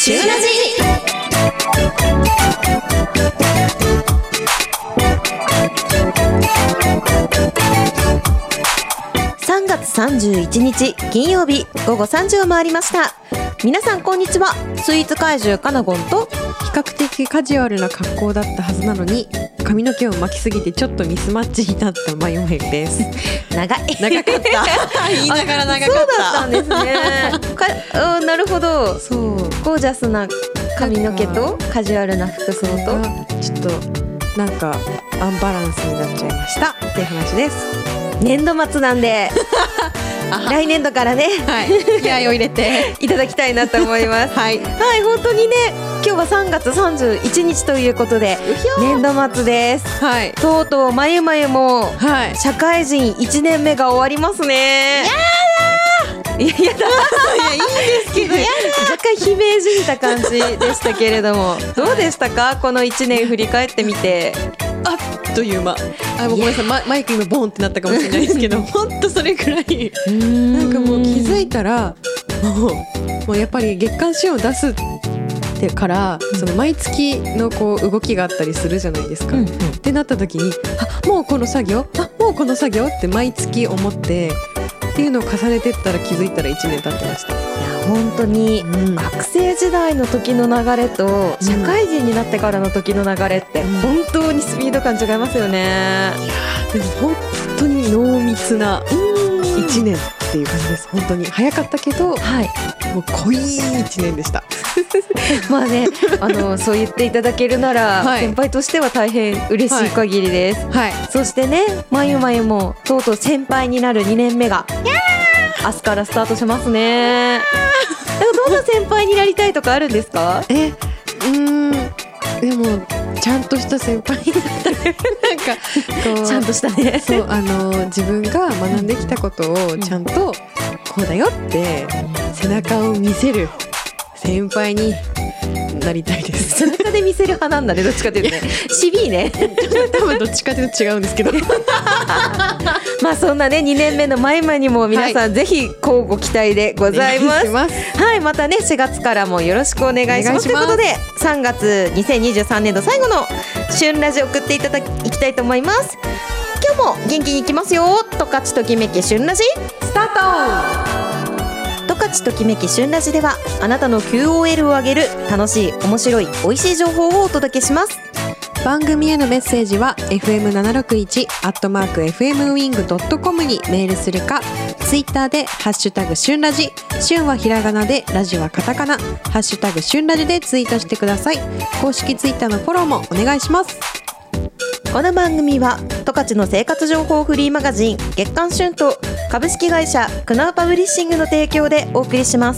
シュンラジ。3月31日金曜日午後3時を回りました。皆さんこんにちは。スイーツ怪獣カナゴンと比較的カジュアルな格好だったはずなのに髪の毛を巻きすぎてちょっとミスマッチになったマヨヘルです。 長かった言いながら長かった。 そうだったんですねなるほど。 そうゴージャスな髪の毛とカジュアルな服装とちょっとなんかアンバランスになっちゃいましたっていう話です。 年度末なんで来年度からね、 はい、気合を入れていただきたいなと思いますはい、 はい、本当にね、今日は3月31日ということで年度末です、 はい、 とうとうまゆまゆも社会人1年目が終わりますね。やだいやいやいいんですけど若干悲鳴じみた感じでしたけれどもどうでしたか、この1年振り返ってみて。 あっという間。ごめんなさい、マイク今ボンってなったかもしれないですけど本当それくらいなんかもう気づいたらもうやっぱり月間誌を出すってからその毎月のこう動きがあったりするじゃないですか、ってなった時にもうこの作業って毎月思ってっていうのを重ねてったら気づいたら1年経ってました。 本当に学生時代の時の流れと社会人になってからの時の流れって本当にスピード感違いますよね。 いやでも本当に濃密な1年っていう感じです。本当に早かったけど、はい、もう濃い1年でしたまあね、そう言っていただけるなら、はい、先輩としては大変嬉しい限りです、はいはい、そしてね、まゆまゆもとうとう先輩になる2年目が明日からスタートしますね。どんな先輩になりたいとかあるんですか？ でもちゃんとした先輩になったらなんかこうちゃんとしたね。 そう自分が学んできたことをちゃんとこうだよって背中を見せる先輩になりたいです。 背中で見せる派なんだね、どっちかというとね。しびね多分どっちかというと違うんですけどまあそんなね2年目のまゆまゆにも皆さん、ぜひ乞うご期待でございます。はい、またね4月からもよろしくお願いします。ということで3月2023年度最後の旬ラジオ送っていただきたいと思います。今日も元気にいきますよ。十勝ときめき旬ラジスタート。十勝ときめき旬ラジではあなたの QOL を上げる楽しい面白い美味しい情報をお届けします。 番組へのメッセージは fm761@fmwing.com にメールするか、ツイッターでハッシュタグ旬ラジ、旬はひらがなでラジはカタカナ、ハッシュタグ旬ラジでツイートしてください。公式ツイッターのフォローもお願いします。 この番組は十勝の生活情報フリーマガジン月刊旬と株式会社クナウパブリッシングの提供でお送りします。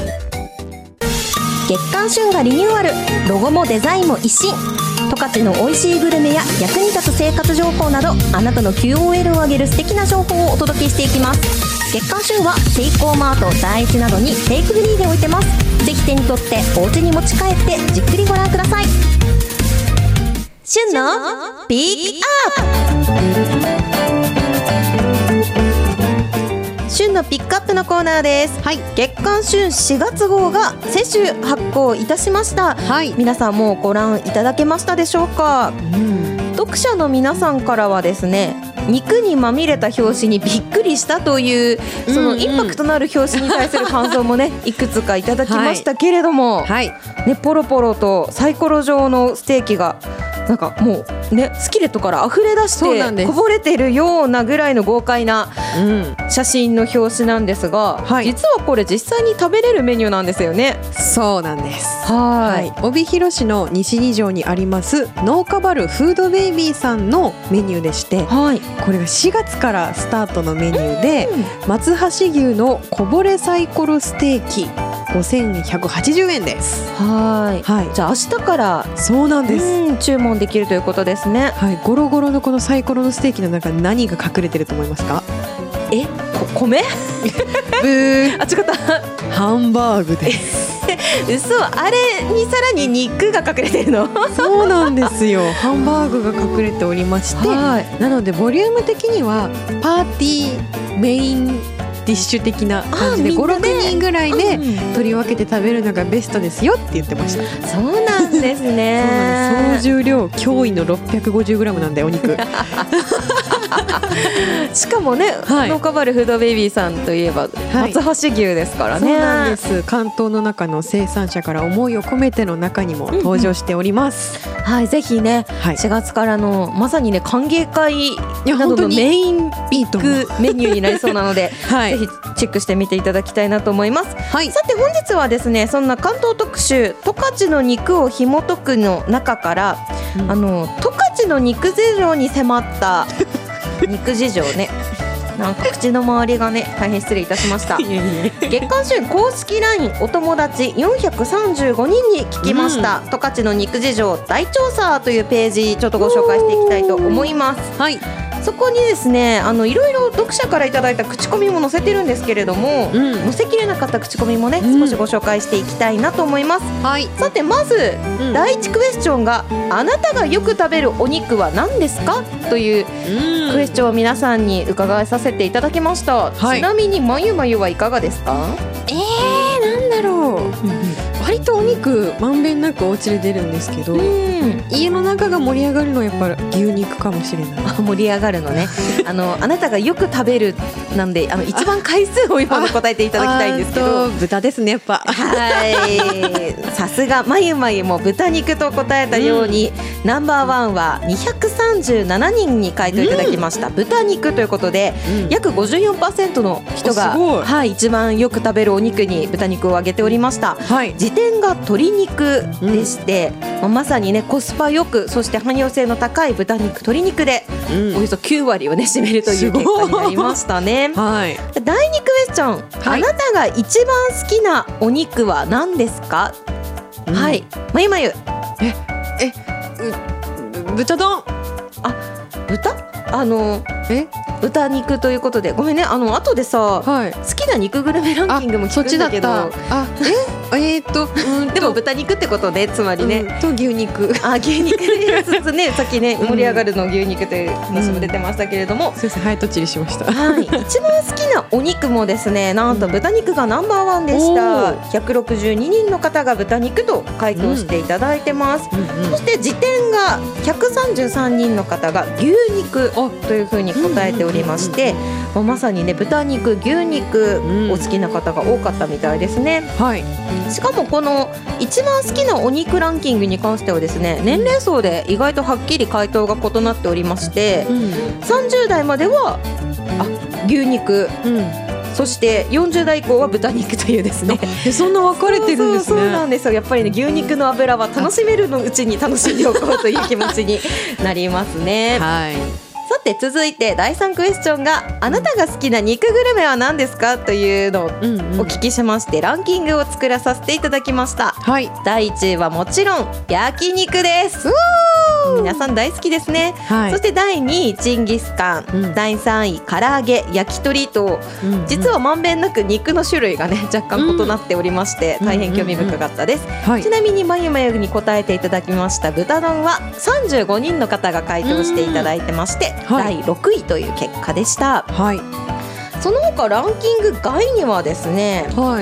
月刊旬がリニューアル、ロゴもデザインも一新。十勝の美味しいグルメや役に立つ生活情報などあなたの QOL を上げる素敵な情報をお届けしていきます。月刊旬はセイコーマート、第一などにテイクフリーで置いてます。ぜひ手に取ってお家に持ち帰ってじっくりご覧ください。旬のピックアップ。旬のピックアップのコーナーです、はい、月刊旬4月号が先週発行いたしました、はい、皆さんもうご覧いただけましたでしょうか、読者の皆さんからはですね、肉にまみれた表紙にびっくりしたというそのインパクトのある表紙に対する感想もねいくつかいただきましたけれども、はいね、ポロポロとサイコロ状のステーキがなんかもうねスキレットから溢れ出してこぼれてるようなぐらいの豪快な写真の表紙なんですが、はい、実はこれ実際に食べれるメニューなんですよね。 そうなんです。はい、帯広市の西二条にあります農家バルフードベイビーさんのメニューでして、はい、これが4月からスタートのメニューで、松橋牛のこぼれサイコロステーキ5180円です。はい、はい、 じゃあ明日からそうなんです、 注文できるということですね。 はい、ゴロゴロのこのサイコロのステーキの中に何が隠れてると思いますか？ 米ブー、あ、違った、 ハンバーグです嘘、あれにさらに肉が隠れてるの？ そうなんですよハンバーグが隠れておりまして、はい、なのでボリューム的にはパーティーメインディッシュ的な感じで 5,6 人ぐらいで取り分けて食べるのがベストですよって言ってました。 そうなんですね。 総重量驚異の 650g なんだよお肉しかもね、農家バルフードベイビーさんといえば松橋牛ですからね。 そうなんです。関東の中の生産者から思いを込めての中にも登場しております、 はい、ぜひね、4月からのまさにね歓迎会などのメインビッグメニューになりそうなので、ぜひチェックしてみていただきたいなと思います、さて本日はですね、そんな関東特集十勝の肉を紐解くの中から、十勝の肉事情に迫った肉事情ね、なんか口の周りがね大変失礼いたしました月刊旬公式 LINE お友達435人に聞きました、十勝の肉事情大調査というページちょっとご紹介していきたいと思います。そこにですね、いろいろ読者からいただいた口コミも載せてるんですけれども、載せきれなかった口コミもね、少しご紹介していきたいなと思います、さてまず、第一クエスチョンがあなたがよく食べるお肉は何ですかというクエスチョンを皆さんに伺いさせていただきました、ちなみにまゆまゆはいかがですか？ なんだろう、割とお肉まんべんなくお家で出るんですけど、家の中が盛り上がるのはやっぱり牛肉かもしれない。 盛り上がるのねあなたがよく食べるなんで一番回数を今の答えていただきたいんですけど豚ですねやっぱ。 さすがまゆまゆも豚肉と答えたように、ナンバーワンは237人に回答いただきました、豚肉ということで、約 54% の人が、一番よく食べるお肉に豚肉を挙げておりました、時点が鶏肉でして、まさにねコスパよく、そして汎用性の高い豚肉鶏肉で、およそ9割をね占めるという結果になりましたね。第2クエスチョン、あなたが一番好きなお肉は何ですか？まゆまゆ。 豚丼。 豚？豚肉ということで、ごめんね、後でさ、好きな肉グルメランキングも聞くんだけど、でも豚肉ってことで、つまりね、 と牛肉、 牛肉でつつね、さっきね盛り上がるの牛肉という話も出てましたけれども、 とちりしました。 一番好きなお肉もですね、なんと豚肉がナンバーワンでした。162人の方が豚肉と回答していただいてます。そして時点が133人の方が牛肉というふうに答えておりまして、まさにね豚肉牛肉お好きな方が多かったみたいですね、しかもこの一番好きなお肉ランキングに関してはですね、年齢層で意外とはっきり回答が異なっておりまして、30代までは牛肉、そして40代以降は豚肉というですねそんな分かれてるんですね。 そうなんですよ。やっぱりね牛肉の脂は楽しめるのうちに楽しんでおこうという気持ちになりますね。さて続いて第3クエスチョンがあなたが好きな肉グルメは何ですかというのをお聞きしまして、ランキングを作らさせていただきました、第1位はもちろん焼肉です。皆さん大好きですね、そして第2位ジンギスカン、第3位唐揚げ焼き鳥と、実はまんべんなく肉の種類がね若干異なっておりまして、大変興味深かったです、ちなみにまゆまゆに答えていただきました豚丼は35人の方が回答していただいてまして、第6位という結果でした、その他ランキング外にはですね、好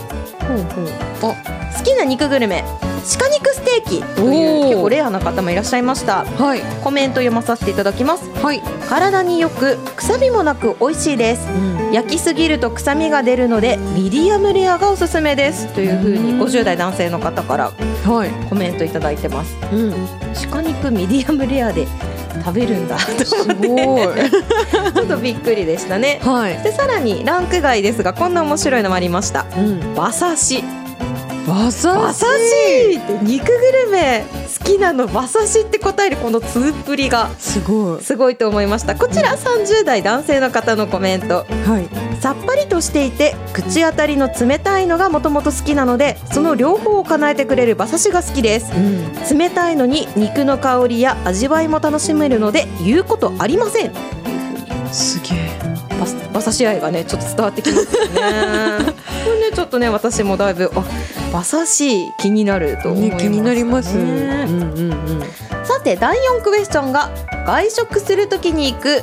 きな肉グルメ鹿肉ステーキという結構レアな方もいらっしゃいました、コメント読まさせていただきます、体によく臭みもなく美味しいです、焼きすぎると臭みが出るのでミディアムレアがおすすめですというふうに50代男性の方からコメントいただいてます、鹿肉ミディアムレアで食べるんだと思ってちょっとびっくりでしたね、でさらにランク外ですがこんな面白いのもありました、馬刺しって肉グルメ好きなの馬刺しって答えるこのつっぷりがすごいと思いました。こちら30代男性の方のコメント、さっぱりとしていて口当たりの冷たいのがもともと好きなのでその両方を叶えてくれる馬刺しが好きです、冷たいのに肉の香りや味わいも楽しめるので言うことありません。 すげえ馬刺し愛がねちょっと伝わってきますよねこれねちょっとね私もだいぶ馬刺し気になると思いましたね。気になります、さて第4クエスチョンが外食するときに行く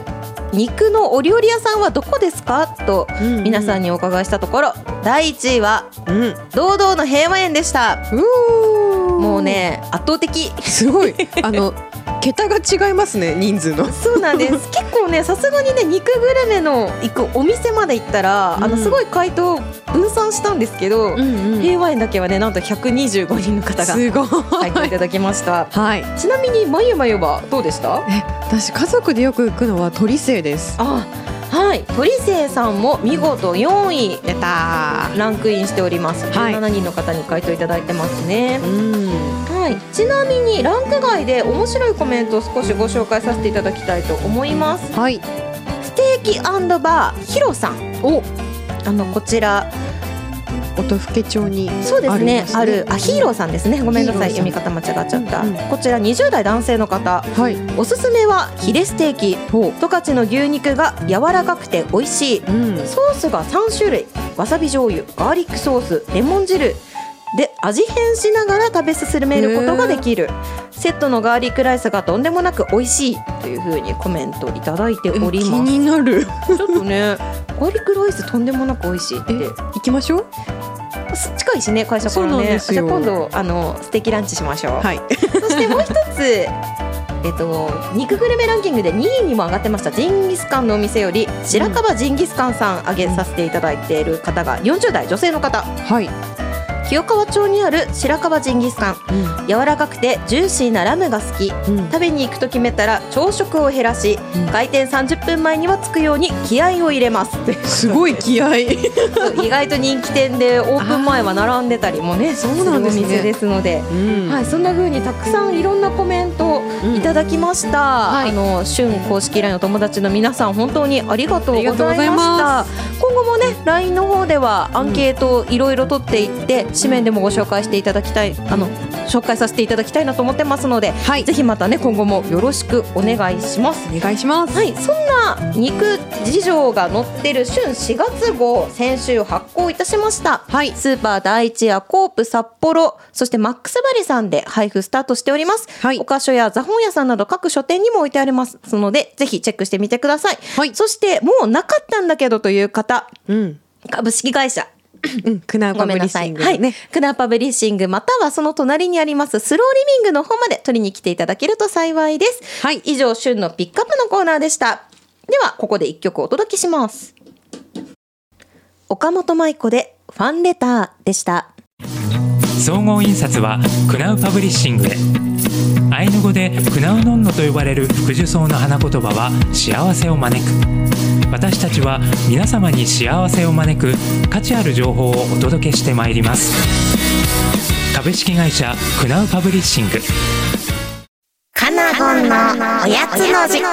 肉のお料理屋さんはどこですかと皆さんにお伺いしたところ、第1位は堂々の平和園でした。もうね圧倒的すごい桁が違いますね、人数の。 そうなんです結構ねさすがにね肉グルメの行くお店まで行ったら、すごい回答分散したんですけど、平和園だけはねなんと125人の方が回答いただきました。はい、ちなみにまゆまゆはどうでした？ 私家族でよく行くのは鳥生です。 はい、鳥生さんも見事4位ランクインしております。17人の方に回答いただいてますね。はい、ちなみにランク外で面白いコメントを少しご紹介させていただきたいと思います。はい、ステーキ&バーヒロさん、こちら音更町にそうですね、ヒーローさんですね、ごめんなさい読み方間違っちゃった、こちら20代男性の方、おすすめはヒレステーキ、十勝の牛肉が柔らかくて美味しい、ソースが3種類、わさび醤油、ガーリックソース、レモン汁で味変しながら食べ進めることができる、セットのガーリックライスがとんでもなく美味しいという風にコメントいただいております。 気になるちょっとねガーリックライスとんでもなく美味しいって行きましょう。 近いしね会社からね。じゃあ今度ステーキランチしましょう。はい、そしてもう一つ肉グルメランキングで2位にも上がってましたジンギスカンのお店より白樺ジンギスカンさん挙げさせていただいている方が40代女性の方、清川町にある白樺ジンギスカン、柔らかくてジューシーなラムが好き、食べに行くと決めたら朝食を減らし、開店30分前には着くように気合を入れます。 すごい気合意外と人気店でオープン前は並んでたりもねするお店ですので、そんな風にたくさんいろんなコメントいただきました。旬公式 LINE の友達の皆さん本当にありがとうございました。今後もね LINE の方ではアンケートをいろいろ取っていって紙面でもご紹介していただきたい紹介させていただきたいなと思ってますので、ぜひまたね今後もよろしくお願いします。 お願いします。 はい、そんな肉事情が載ってる旬4月号先週発行いたしました。スーパー第一やコープ札幌そしてマックスバリさんで配布スタートしております。お菓子やザ本屋さんなど各書店にも置いてありますのでぜひチェックしてみてください。そしてもうなかったんだけどという方、株式会社クナウパブリッシングね、 クナウパブリッシングまたはその隣にありますスローリビングの方まで取りに来ていただけると幸いです。以上旬のピックアップのコーナーでした。ではここで1曲お届けします。岡本舞子でファンレターでした。 総合印刷はクナウパブリッシングへ。アイヌ語でクナウノンノと呼ばれる福寿草の花言葉は幸せを招く。私たちは皆様に幸せを招く価値ある情報をお届けしてまいります。株式会社クナウパブリッシング。 カナゴンのおやつの時間。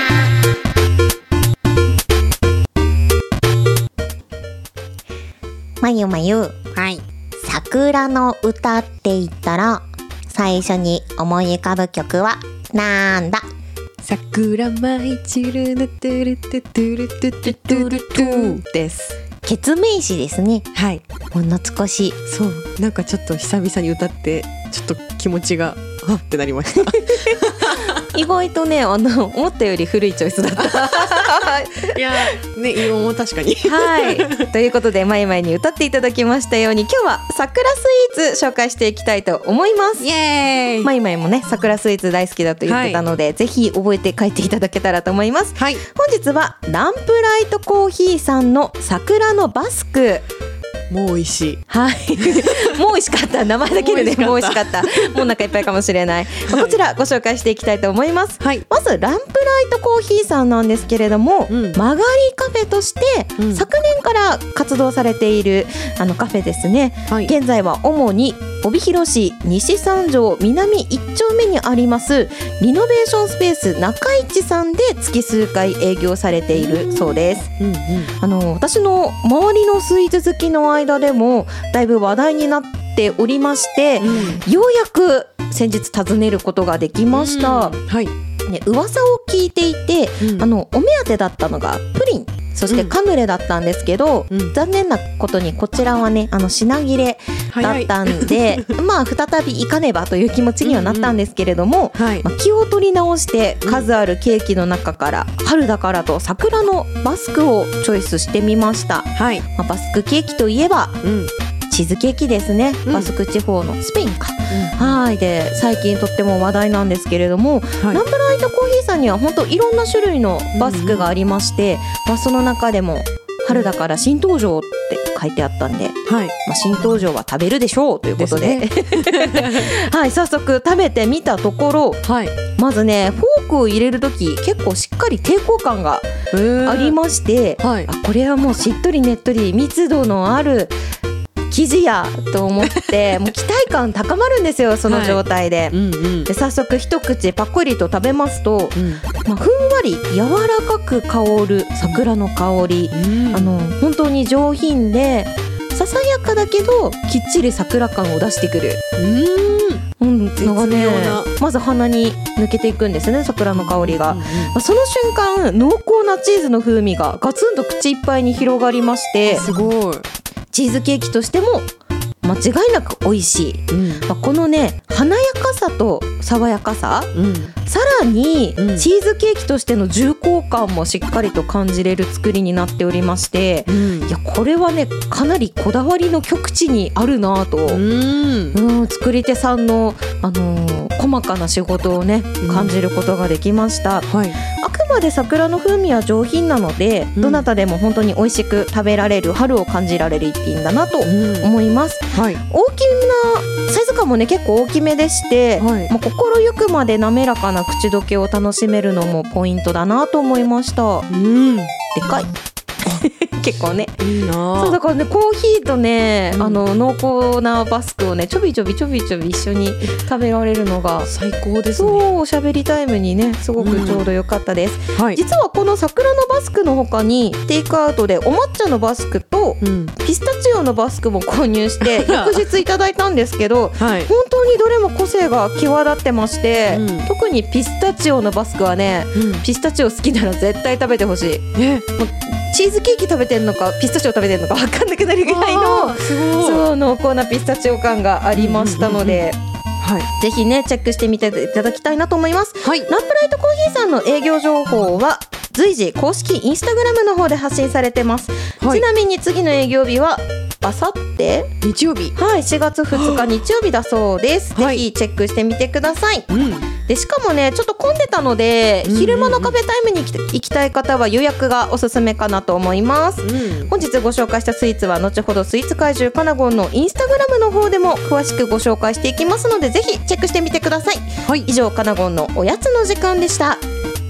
まゆまゆ、桜の歌って言ったら最初に思い浮かぶ曲はなんだ？ 桜舞い散るぬトゥルトゥトゥルトゥトゥトゥルトゥです。 ケ名詞ですね。もう懐かしい。 そうなんかちょっと久々に歌ってちょっと気持ちがあってなりました意外とね思ったより古いチョイスだったいやね今も確かにということでまいまいに歌っていただきましたように今日は桜スイーツ紹介していきたいと思います。 イエーイ。 まいまいもね桜スイーツ大好きだと言ってたので、ぜひ覚えて帰っていただけたらと思います。本日はランプライトコーヒーさんの桜のバスク。 もう美味しい。 もう美味しかった。名前だけでねもう美味しかった。もうお腹いっぱいかもしれない。こちらご紹介していきたいと思います。まずランプライトコーヒーさんなんですけれども、曲がりカフェとして昨年から活動されているカフェですね。現在は主に帯広市西三条南1丁目にありますリノベーションスペース中市さんで月数回営業されているそうです。私の周りのスイーツ好きの間でもだいぶ話題になっておりまして、ようやく先日訪ねることができました。噂を聞いていて、お目当てだったのがプリンそしてカヌレだったんですけど、残念なことにこちらはね品切れだったんでまあ再び行かねばという気持ちにはなったんですけれども、気を取り直して数あるケーキの中から春だからと桜のバスクをチョイスしてみました。バスクケーキといえば、チーズケーキですね。バスク地方のスペインか、で最近とっても話題なんですけれども、ランブライトコーヒーさんには本当いろんな種類のバスクがありまして、その中でも春だから新登場って書いてあったんで、新登場は食べるでしょうということで、早速食べてみたところ、まずねフォークを入れる時結構しっかり抵抗感がありまして、これはもうしっとりねっとり密度のある生地やと思ってもう期待感高まるんですよ、その状態で。で早速一口パクリと食べますと、ふんわり柔らかく香る桜の香り、本当に上品でささやかだけどきっちり桜感を出してくるのがね、まず鼻に抜けていくんですね、桜の香りが。その瞬間濃厚なチーズの風味がガツンと口いっぱいに広がりまして、 すごいチーズケーキとしても間違いなく美味しい、このね華やかさと爽やかさ、さらにチーズケーキとしての重厚感もしっかりと感じれる作りになっておりまして、いやこれはねかなりこだわりの極致にあるなと、作り手さんの、細かな仕事をね感じることができました。あくまで桜の風味は上品なので、どなたでも本当に美味しく食べられる春を感じられる一品だなと思います。大きなサイズ感もね結構大きめでして、心ゆくまで滑らかな口どけを楽しめるのもポイントだなと思いました。でかい結構ねいいな。そうだからねコーヒーとね、濃厚なバスクをねちょびちょび一緒に食べられるのが最高ですね。 そうおしゃべりタイムにねすごくちょうど良かったです。実はこの桜のバスクの他にテイクアウトでお抹茶のバスクとピスタチオのバスクも購入して翌日いただいたんですけど、本当にどれも個性が際立ってまして、特にピスタチオのバスクはね、ピスタチオ好きなら絶対食べてほしい。チーズケーキ食べてるのかピスタチオ食べてるのか分かんなくなるぐらいのそう濃厚なピスタチオ感がありましたので、ぜひねチェックしてみていただきたいなと思います。ランプライトコーヒーさんの営業情報は随時公式インスタグラムの方で発信されてます。ちなみに次の営業日はあさって日曜日、 4月2日日曜日だそうです。ぜひチェックしてみてください。でしかもねちょっと混んでたので、昼間のカフェタイムに行きたい方は予約がおすすめかなと思います。本日ご紹介したスイーツは後ほどスイーツ怪獣カナゴンのインスタグラムの方でも詳しくご紹介していきますので、ぜひチェックしてみてください。以上カナゴンのおやつの時間でした。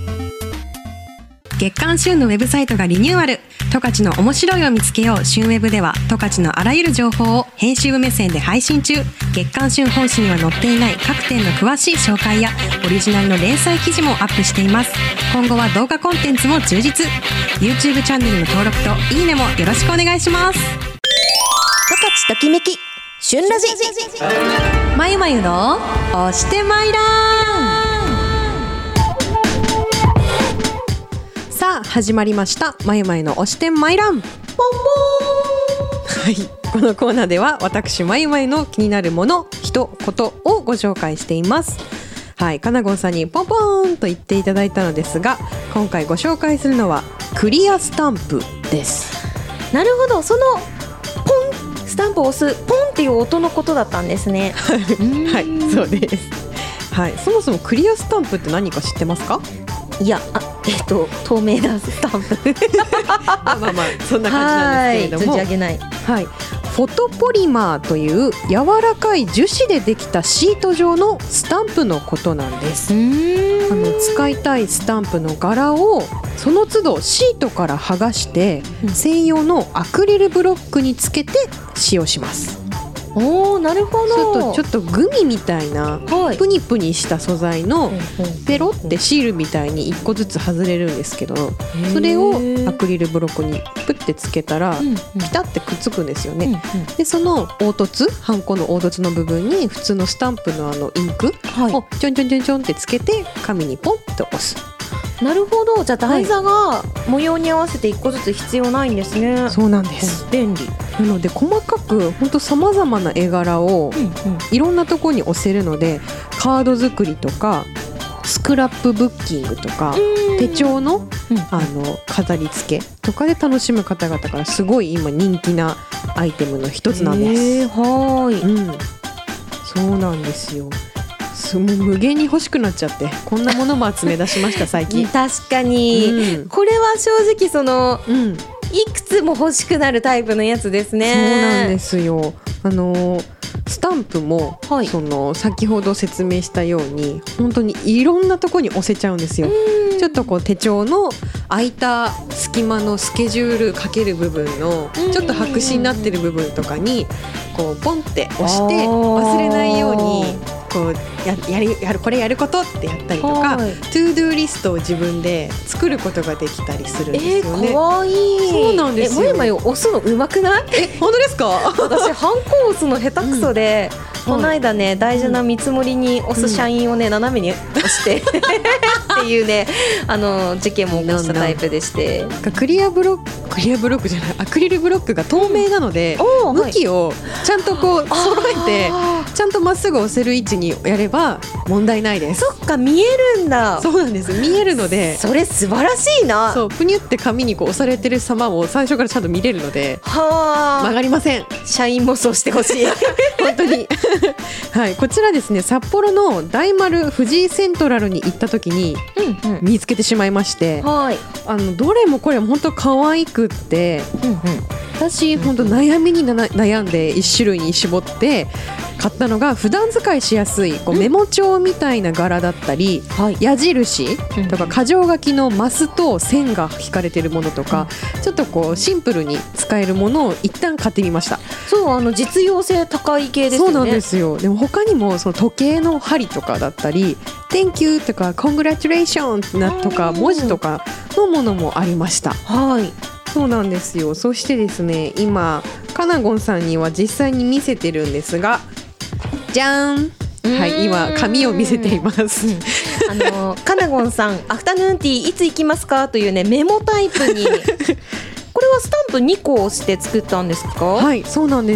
月刊旬のウェブサイトがリニューアル。十勝の面白いを見つけよう旬ウェブでは、十勝のあらゆる情報を編集部目線で配信中。月刊旬本誌には載っていない各店の詳しい紹介やオリジナルの連載記事もアップしています。今後は動画コンテンツも充実。 YouTube チャンネルの登録といいねもよろしくお願いします。 十勝ときめき旬ラジまゆまゆの押してまいらん。さあ始まりました、まゆまゆの押してまいらん。ポンポン。このコーナーでは私まゆまゆの気になるもの、人、ことをご紹介しています。かなごんさんにポンポーンと言っていただいたのですが、今回ご紹介するのはクリアスタンプです。 なるほど、そのポンスタンプを押すポンっていう音のことだったんですね。 そうです。そもそもクリアスタンプって何か知ってますか？ いや、透明なスタンプそんな感じなんですけれども、 存じ上げない。 フォトポリマーという柔らかい樹脂でできたシート状のスタンプのことなんです。使いたいスタンプの柄をその都度シートから剥がして専用のアクリルブロックにつけて使用します。 なるほど。 ちょっとグミみたいなプニプニした素材のペロってシールみたいに1個ずつ外れるんですけど、それをアクリルブロックにプッてつけたらピタってくっつくんですよね。でその凹凸、ハンコの凹凸の部分に普通のスタンプのインクをちょんちょんちょんちょんってつけて紙にポンって押す。 なるほど。じゃあ台座が模様に合わせて1個ずつ必要ないんですね。 そうなんです。 便利。 なので細かく本当さまざまな絵柄をいろんなところに押せるので、カード作りとかスクラップブッキングとか手帳の、飾り付けとかで楽しむ方々からすごい今人気なアイテムの一つなんです。 はい、 そうなんですよ。もう無限に欲しくなっちゃって、こんなものも集め出しました最近。 確かに、これは正直いくつも欲しくなるタイプのやつですね。 そうなんですよ。スタンプも、先ほど説明したように本当にいろんなとこに押せちゃうんですよ。ちょっとこう手帳の空いた隙間のスケジュールかける部分のちょっと白紙になってる部分とかにこうポンって押して忘れないようにこうこれやることってやったりとか、トゥードゥーリストを自分で作ることができたりするんですよね。 かわいい。 そうなんですよ。 もやもや押すのうまくない？ 本当ですか？ 私ハンコ押すの下手くそで、この間ね大事な見積もりに押す社員をね斜めに押してっていうね事件も起こしたタイプでして、 クリアブロックじゃない、アクリルブロックが透明なので、向きをちゃんとこう揃えてちゃんとまっすぐ押せる位置にやれば問題ないです。 そっか、見えるんだ。 そうなんです、見えるのでそれ素晴らしいな。 そう、ぷにゅって紙にこう押されてる様を最初からちゃんと見れるので曲がりません。 社員もそうしてほしい本当にはい、こちらですね、札幌の大丸藤井セントラルに行った時に見つけてしまいまして、どれもこれも本当可愛くって、私本当悩みに悩んで1種類に絞って買ったのが、普段使いしやすいこうメモ帳みたいな柄だったり、矢印とか箇条書きのマスと線が引かれてるものとか、ちょっとこうシンプルに使えるものを一旦買ってみました。 そう、実用性高い系ですよね。 そうなんですよ。でも他にもその時計の針とかだったり Thank you とか Congratulations とか文字とかのものもありました。そうなんですよ。そしてですね、今カナゴンさんには実際に見せてるんですが、じゃーん、はい、今紙を見せていますカナゴンさん、アフタヌーンティーいつ行きますかというね、メモタイプにこれはスタンプ2個押して作ったんですか？ はい、そうなんです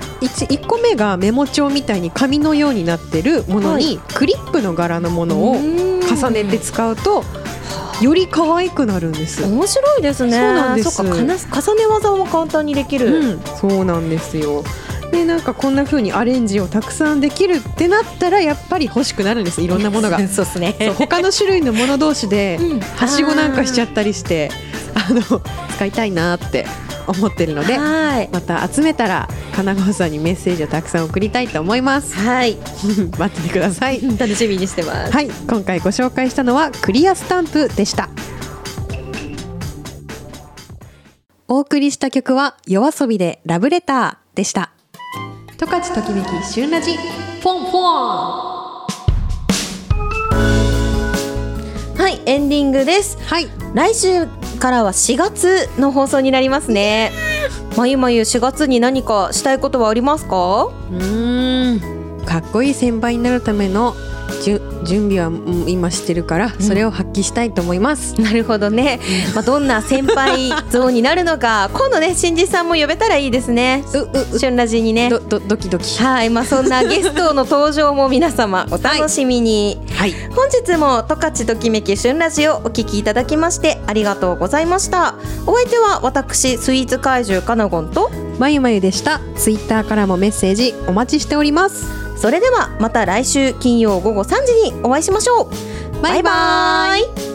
。1個目がメモ帳みたいに紙のようになってるものに、クリップの柄のものを重ねて使うとより可愛くなるんです。 面白いですね。そうなんです。そうか、重ね技も簡単にできる、 そうなんですよ。で、なんかこんな風にアレンジをたくさんできるってなったらやっぱり欲しくなるんです、いろんなものがそうですね。 他の種類のもの同士ではしごなんかしちゃったりして使いたいなって思ってるので、また集めたら金川さんにメッセージをたくさん送りたいと思います。 はい待っててください。 楽しみにしてます。 はい、今回ご紹介したのはクリアスタンプでした。お送りした曲はYOASOBIでラブレターでした。十勝ときめき旬ラジポンポン。 はい、エンディングです。来週からは4月の放送になりますね。まゆまゆ、4月に何かしたいことはありますか？ かっこいい先輩になるための準備は今してるから、それを発揮したいと思います。 なるほどね。どんな先輩像になるのか今度ね、新次さんも呼べたらいいですね。旬ラジにね、 ドキドキ。 はい、そんなゲストの登場も皆様お楽しみに。本日も十勝ときめき旬ラジをお聞きいただきましてありがとうございました。お相手は私、スイーツ怪獣かなごんとまゆまゆでした。ツイッターからもメッセージお待ちしております。 それではまた来週金曜午後3時にお会いしましょう。バイバイ。